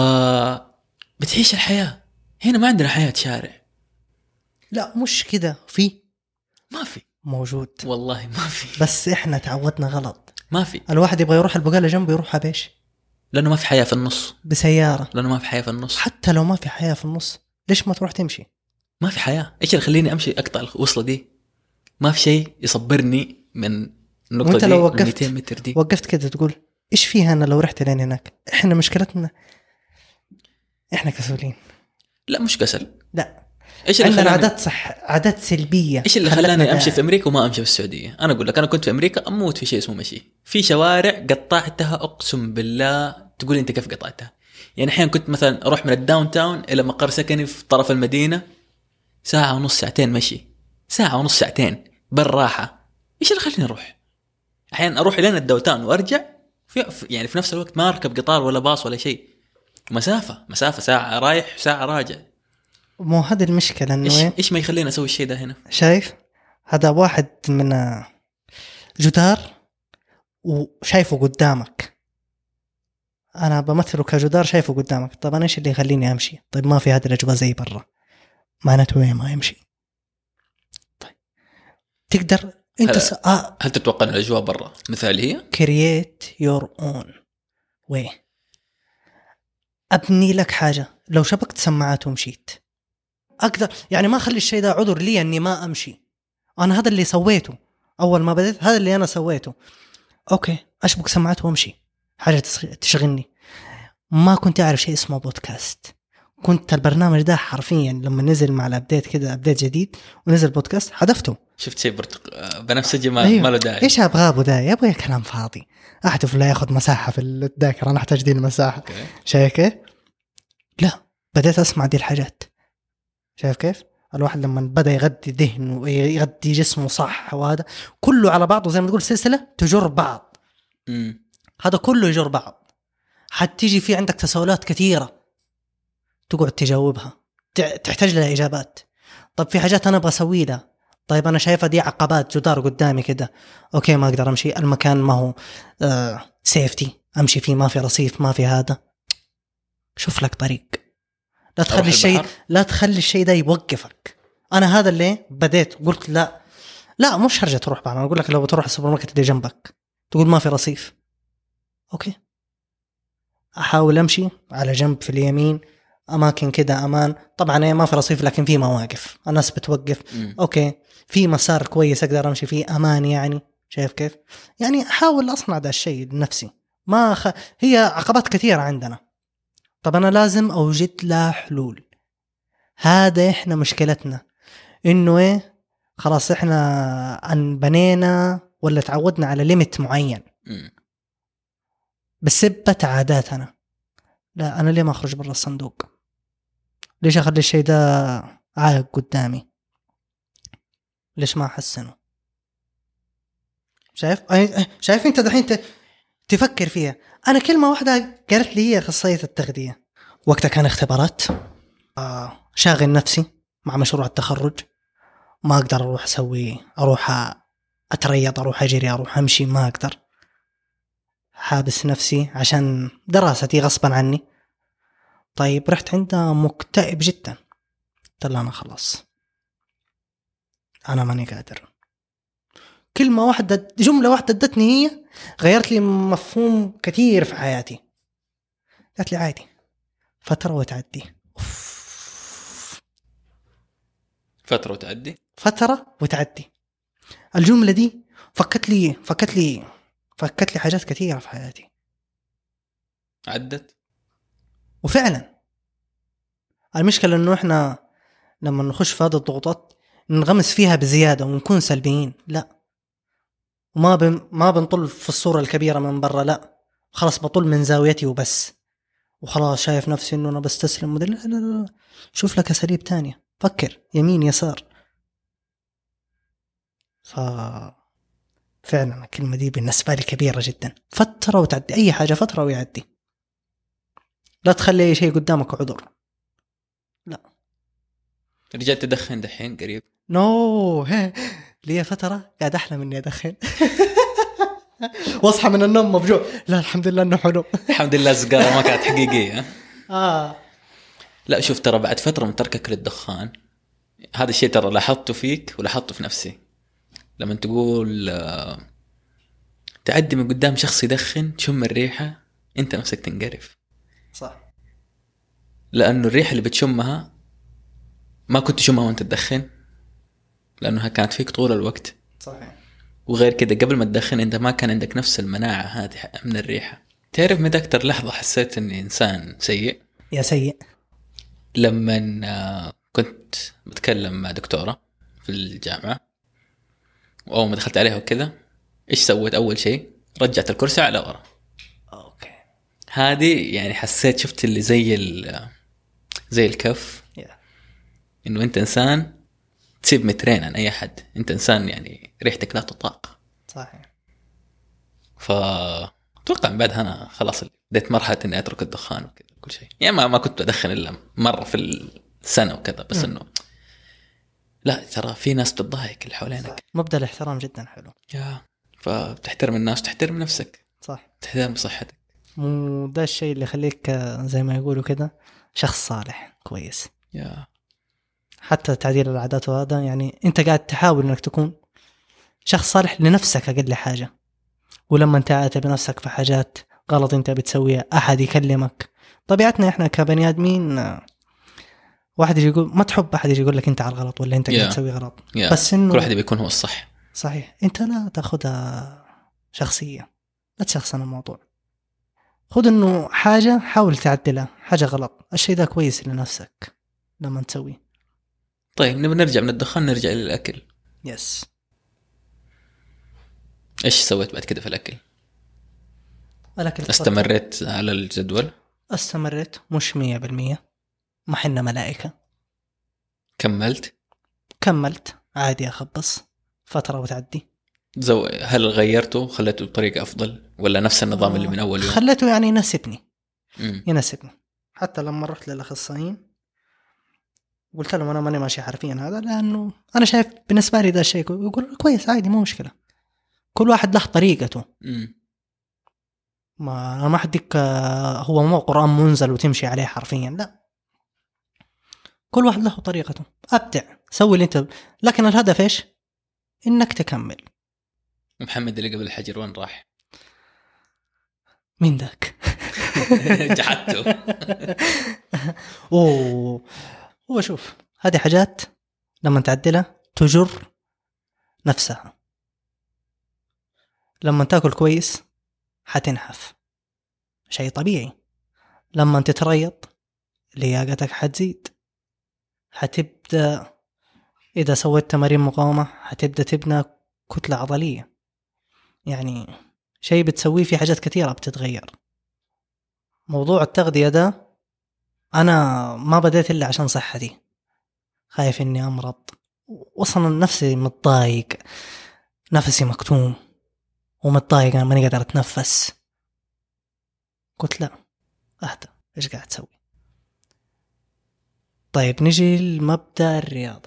فبتعيش الحياة. هنا ما عندنا حياة شارع. لا مش كده، في ما في، موجود والله ما في، بس إحنا تعودنا غلط. ما في. الواحد يبغى يروح البقالة جنبه يروح بيش، لأنه ما في حياة في النص. بسيارة. لأنه ما في حياة في النص. حتى لو ما في حياة في النص، ليش ما تروح تمشي؟ ما في حياة. إيش اللي خليني أمشي أقطع الوصلة دي؟ ما في شيء يصبرني من النقطة وانت دي. لو وقفت مئتين متر دي وقفت كده تقول إيش فيها أنا لو رحت لين هناك؟ إحنا مشكلتنا إحنا كسولين. لا مش كسل. لا، إيش اللي عندنا خلاني... عادات صح، عادات سلبية. إيش اللي خلاني أمشي في أمريكا وما أمشي في السعودية؟ أنا أقول لك، أنا كنت في أمريكا أموت في شيء اسمه مشي. في شوارع قطعتها أقسم بالله تقول أنت كيف قطعتها. يعني أحيانا كنت مثلا أروح من الداون تاون إلى مقر سكني في طرف المدينة، ساعة ونص ساعتين مشي، ساعة ونص ساعتين بالراحة. إيش اللي خليني أروح؟ أحيانا أروح لين الداون تاون وأرجع في يعني في نفس الوقت ما أركب قطار ولا باص ولا شيء. مسافة مسافة ساعة رايح ساعة راجع. مو هذه المشكلة إنه إيش إيش ما يخليني أسوي الشيء ده هنا؟ شايف هذا واحد من جدار وشايفه قدامك، أنا بمثله كجدار شايفه قدامك. طب أنا إيش اللي يخليني أمشي؟ طيب ما في هذه الأجواء زي برا، معناته وين ما يمشي. طيب تقدر أنت هل, س... آه. هل تتوقع أن الأجواء برا مثال هي؟ create your own way. أبني لك حاجة. لو شبكت سماعات ومشيت أقدر، يعني ما أخلي الشيء ده عذر لي أني ما أمشي. أنا هذا اللي سويته أول ما بديت، هذا اللي أنا سويته. أوكي أشبك سماعات وأمشي، حاجة تشغلني. ما كنت أعرف شيء اسمه بودكاست. كنت البرنامج ده حرفيا لما نزل مع الأبديت كده، أبديت جديد ونزل بودكاست، حذفته. شفت شيء برتق... بنفسجي ما أيوه. ما له داعي. ايش ابغى ابو ده؟ يا ابويا كلام فاضي. احذف لا ياخذ مساحه في الذاكره، انا احتاج دي المساحه. أوكي. شايف كيف؟ لا بديت اسمع دي الحاجات. شايف كيف الواحد لما بدا يغذي ذهنه ويغذي جسمه صح، وهذا كله على بعضه زي ما تقول سلسله تجر بعض. امم هذا كله يجر بعض، حتيجي في عندك تساؤلات كثيره تقعد تجاوبها، تحتاج لها اجابات. طب في حاجات انا ابغى اسوي لها، طيب انا شايفه دي عقبات جدار قدامي كده، اوكي ما اقدر امشي، المكان ما هو آه سيفتي امشي فيه، ما في رصيف ما في هذا، شوف لك طريق. لا تخلي الشيء لا تخلي الشيء ده يوقفك. انا هذا اللي بديت قلت لا لا مش هرجع تروح بحر. انا اقول لك لو بتروح السوبر ماركت اللي جنبك تقول ما في رصيف، اوكي احاول امشي على جنب في اليمين، اماكن كده امان. طبعا ما في رصيف لكن في مواقف الناس بتوقف، م. اوكي في مسار كويس اقدر امشي فيه امان يعني. شايف كيف؟ يعني احاول اصنع ده الشيء لنفسي. ما خ... هي عقبات كثيرة عندنا، طب انا لازم اوجد لها حلول. هذا احنا مشكلتنا انه ايه، خلاص احنا ان بنينا ولا تعودنا على ليميت معين م. بسبة عاداتنا. لا انا ليه ما اخرج برا الصندوق؟ ليش اخلي الشيء ده عائق قدامي؟ ليش ما احسنه؟ شايف شايف انت دحين تفكر فيها. انا كلمه واحده قالت لي هي اخصائيه التغذيه وقتها كان اختبارات، آه شاغل نفسي مع مشروع التخرج، ما اقدر اروح اسوي اروح اتريض اروح اجري اروح امشي، ما اقدر، حابس نفسي عشان دراستي غصبا عني. طيب رحت عندها مكتئب جدا، قلت لها انا خلاص انا ماني قادر. كلمه واحده جمله واحده ادتني هي غيرت لي مفهوم كثير في حياتي. قالت لي عادي فتره وتعدي. أوف. فتره وتعدي فتره وتعدي الجمله دي فكت لي فكت لي فكت لي حاجات كثيره في حياتي عدت. وفعلا المشكله انه احنا لما نخش في هذه الضغوطات ننغمس فيها بزياده ونكون سلبيين. لا وما بن ما بنطل في الصوره الكبيره من برا، لا خلاص بطل من زاويتي وبس، وخلاص شايف نفسي انه انا بستسلم. لا لا لا، شوف لك اساليب تانية، فكر يمين يسار. ف فعلا الكلمه دي بالنسبه لي كبيره جدا. فتره وتعدي، اي حاجه فتره ويعدي، لا تخلي اي شيء قدامك عذر. لا رجعت تدخن دحين قريب؟ نو no. لي فتره قاعد احلم اني ادخن واصحى من النوم مفجوع. لا الحمد لله انه حلو الحمد لله السجارة ما كانت حقيقية. اه لا شوف ترى بعد فترة من تركك للدخان هذا الشيء ترى لاحظته فيك ولاحظته في نفسي. لما تقول آه تعدي من قدام شخص يدخن تشم الريحة انت نفسك تنقرف. صح، لأنه الريحة اللي بتشمها ما كنت تشمها وانت تدخن لأنها كانت فيك طول الوقت. صحيح. وغير كده قبل ما تدخن انت ما كان عندك نفس المناعة هذه من الريحة. تعرف متى أكتر لحظة حسيت اني انسان سيء؟ يا سيء لما كنت بتكلم مع دكتورة في الجامعة وأول ما دخلت عليها وكذا إيش سويت أول شيء؟ رجعت الكرسي على ورا. أوكي. هذه يعني حسيت شفت اللي زي ال زي الكف yeah. إنه أنت إنسان تسيب مترين عن أي حد. أنت إنسان يعني ريحتك لا تطاق. صحيح. فأتوقع من بعدها أنا خلاص بديت مرحلة إني أترك الدخان وكذا كل شيء. يعني ما ما كنت أدخن إلا مرة في السنة وكذا بس م. إنه لا ترى في ناس بتضايق اللي حوالينك. مبدأ الاحترام جدا حلو. يا فبتحترم الناس تحترم نفسك. صح. تحترم صحتك. مو ده الشيء اللي يخليك زي ما يقولوا كده شخص صالح كويس. يا حتى تعديل العادات وهذا يعني أنت قاعد تحاول إنك تكون شخص صالح لنفسك أقل حاجة. ولما أنت عاتب نفسك في حاجات غلط أنت بتسويها أحد يكلمك، طبيعتنا إحنا كبني آدمين واحد يجي يقول ما تحب أحد يجي يقول لك أنت على الغلط ولا أنت قاعد تسوي غلط. yeah. بس إنه كل واحد بيكون هو الصح. صحيح. أنت لا تأخذها شخصية، لا تشخصن الموضوع. خذ إنه حاجة حاول تعدلها، حاجة غلط الشيء ده كويس لنفسك لما تسويه. طيب نبي نرجع من الدخان نرجع للأكل. يس. ايش سويت بعد كده في الاكل؟ الاكل استمريت على الجدول؟ استمريت مش مية بالمية، ما حنا ملائكة. كملت كملت عادي، اخبص فترة وتعدي. زو... هل غيرته خليته بطريقة افضل ولا نفس النظام آه اللي من اول يوم؟ خليته يعني يناسبني. مم. يناسبني. حتى لما رحت للاخصائيين قلت لهم انا ماني ماشي حرفيا هذا، لانه انا شايف بالنسبه لي ده الشيء يقول كويس عادي مو مشكله، كل واحد له طريقته. مم. ما انا ما حدك هو مو قرآن منزل وتمشي عليه حرفيا، لا، كل واحد له طريقته. ابدع، سوي اللي انت، لكن الهدف ايش؟ انك تكمل. محمد اللي قبل الحجر وين راح؟ مين ذاك؟ جحدته. اوه هو شوف، هذه حاجات لما تعدلها تجر نفسها. لما تاكل كويس حتنحف، شيء طبيعي. لما تتريض لياقتك حتزيد، حتبدأ إذا سويت تمارين مقاومة حتبدأ تبنى كتلة عضلية. يعني شيء بتسويه في حاجات كثيرة بتتغير. موضوع التغذية ده أنا ما بديت إلا عشان صحتي، خايف إني أمرض، وصلا نفسي متضايق، نفسي مكتوم ومتضايق، أنا ماني قادر أتنفس. قلت لا، أهدى، إيش قاعد تسوي؟ طيب نجي لمبدأ الرياضة.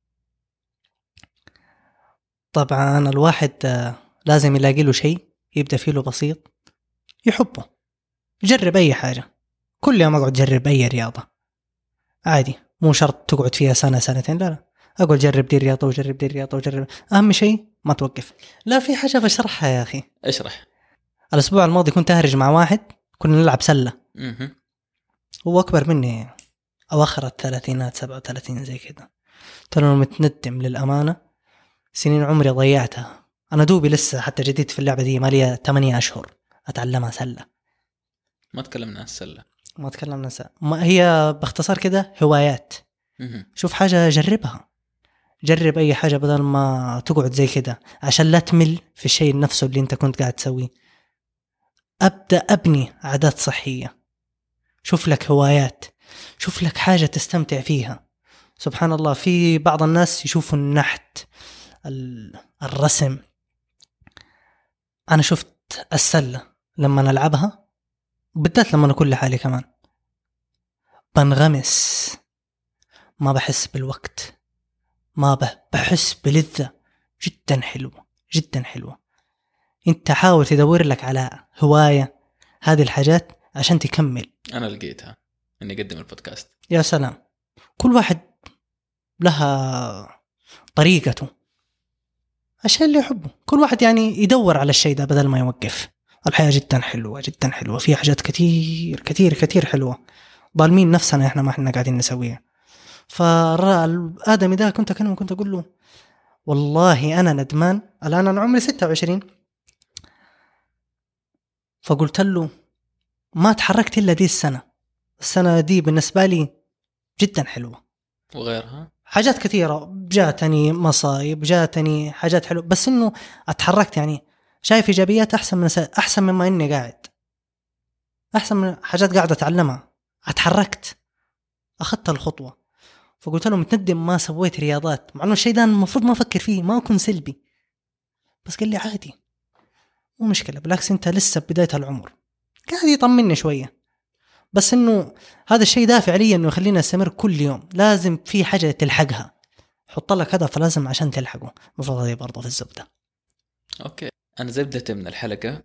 طبعا الواحد لازم يلاقي له شيء يبدأ فيه له بسيط يحبه. جرب أي حاجة، كل يوم أقعد جرب أي رياضة عادي، مو شرط تقعد فيها سنة سنتين، لا لا، أقول جرب دي رياضة وجرب دي رياضة وجرب. أهم شيء ما توقف. لا في حاجة بشرحها يا أخي. اشرح. الأسبوع الماضي كنت أهرج مع واحد، كنا نلعب سلة. مه. هو أكبر مني، أواخر الثلاثينات، سبعة وثلاثين زي كده. قلت له متندم للأمانة، سنين عمري ضيعتها. أنا دوبي لسه حتى جديد في اللعبة دي، مالية ثمانية أشهر أتعلمها سلة. ما تكلمنا عن السلة. ما تكلمنا سلة، ما هي باختصار كده هوايات. مه. شوف حاجة جربها، جرب أي حاجة بدل ما تقعد زي كده، عشان لا تمل في الشيء نفسه اللي أنت كنت قاعد تسويه. أبدأ أبني عادات صحية. شوف لك هوايات، شوف لك حاجة تستمتع فيها. سبحان الله، في بعض الناس يشوفوا النحت، الرسم. أنا شفت السلة لما نلعبها، بالذات لما نكون لحالي كمان، بنغمس، ما بحس بالوقت، ما بحس بلذة جدا حلوة، جدا حلوة. انت حاول تدور لك على هواية هذه الحاجات عشان تكمل. انا لقيتها اني اقدم البودكاست. يا سلام، كل واحد لها طريقته، الشيء اللي يحبه. كل واحد يعني يدور على الشيء ده بدل ما يوقف. الحياة جدا حلوة، جدا حلوة، فيها حاجات كتير كتير كتير حلوة، ظالمين نفسنا احنا ما احنا قاعدين نسويها. فالآدمي ده كنت أكلمه، كنت أقول له والله أنا ندمان. الآن أنا عمري ستة وعشرين، فقلت له ما تحركت إلا دي السنة. السنة دي بالنسبة لي جدا حلوة، وغيرها حاجات كثيرة جاتني، مصايب جاتني، حاجات حلوة، بس إنه أتحركت. يعني شايف إيجابيات أحسن من س... أحسن مما إني قاعد، أحسن من حاجات قاعدة أتعلمها. أتحركت، أخذت الخطوة. فقلت له متندم ما سويت رياضات، مع إنه الشيء ده المفروض ما أفكر فيه، ما أكون سلبي. بس قال لي عادي، مو مشكلة، بالعكس أنت لسه بداية العمر. قاعد يطمني شوية، بس إنه هذا الشيء دافع لي إنه يخلينا نستمر كل يوم. لازم في حاجة تلحقها، حط لك هدف لازم عشان تلحقه. مفضل برضه في الزبدة. اوكي، انا زبدة من الحلقة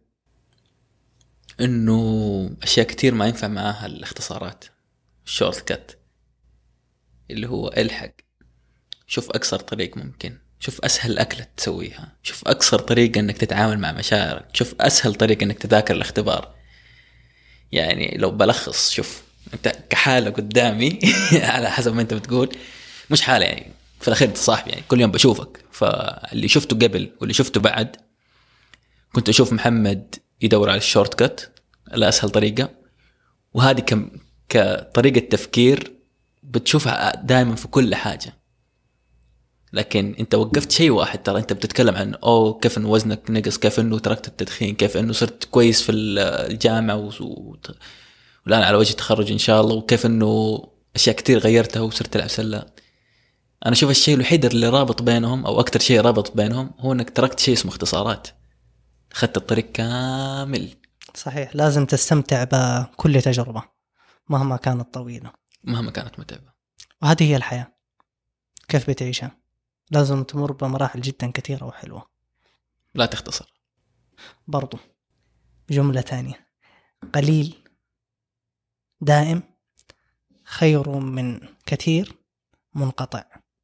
انه اشياء كتير ما ينفع معاها الاختصارات، الشورت كات، اللي هو الحق. شوف اقصر طريق ممكن، شوف اسهل اكلة تسويها، شوف اقصر طريقة انك تتعامل مع مشاعرك، شوف اسهل طريقة انك تذاكر الاختبار. يعني لو بلخص، شوف انت كحالة قدامي على حسب ما انت بتقول، مش حالة يعني، في الاخير انت صاحبي يعني، كل يوم بشوفك. فاللي شفته قبل واللي شفته بعد، كنت اشوف محمد يدور على الشورت كات، الاسهل طريقة، وهذه كم كطريقة تفكير بتشوفها دائما في كل حاجة. لكن انت وقفت شيء واحد، ترى انت بتتكلم عن او كيف انه وزنك نقص، كيف انه تركت التدخين، كيف انه صرت كويس في الجامعه و... والان على وجه التخرج ان شاء الله، وكيف انه اشياء كتير غيرتها وصرت تلعب سله. انا اشوف الشيء الوحيد اللي رابط بينهم او اكتر شيء رابط بينهم هو انك تركت شيء اسمه اختصارات، اخذت الطريق كامل. صحيح، لازم تستمتع بكل تجربه مهما كانت طويله، مهما كانت متعبه. وهذه هي الحياه، كيف بتعيشها؟ لازم تمر بمراحل جدا كثيره وحلوه، لا تختصر. برضو جمله تانية، قليل دائم خير من كثير منقطع.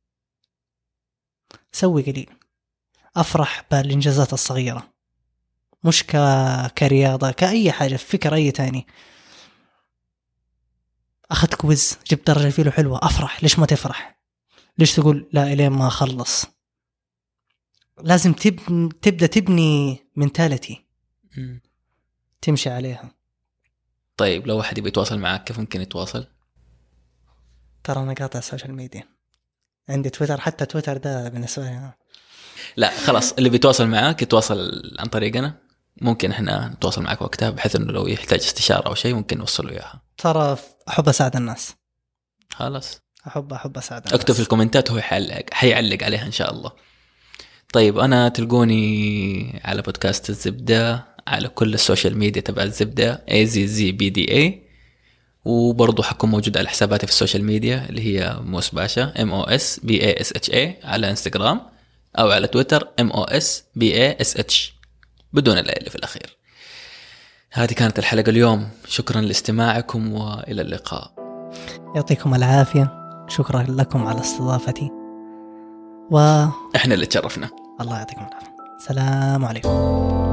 سوي قليل، أفرح بالإنجازات الصغيرة، مش ك... كرياضة، كأي حاجة، فكر أي تاني. أخذت كويز جبت درجة فيه حلوة، أفرح. ليش ما تفرح؟ ليش تقول لا إلين ما أخلص؟ لازم تب... تبدأ تبني منتاليتي تمشي عليها. طيب لو واحد يبي يتواصل معك كيف ممكن يتواصل؟ ترى أنا قاطع السوشيال ميديا، عندي تويتر، حتى تويتر ده بالنسبة لي لا خلاص، اللي بيتواصل معك يتواصل عن طريقنا، ممكن احنا نتواصل معك وقتها بحيث انه لو يحتاج استشارة او شيء ممكن نوصل له اياها. ترى أحب أساعد الناس، خلاص أحب أحب أساعد الناس. اكتب في الكومنتات وهو حيعلق حيعلق عليها ان شاء الله. طيب انا تلقوني على بودكاست الزبدة على كل السوشيال ميديا تبع الزبدة إيه زي زي بي دي إيه، وبرضو حكون موجود على حساباتي في السوشيال ميديا اللي هي موس باشا إم أو إس بي إيه إس إتش إيه على انستغرام، أو على تويتر إم أو إس بي إيه إس إتش بدون الإيه اللي في الأخير. هذه كانت الحلقة اليوم، شكرا لاستماعكم وإلى اللقاء. يعطيكم العافية، شكرا لكم على استضافتي، و إحنا اللي تشرفنا. الله يعطيكم العافية. سلام عليكم.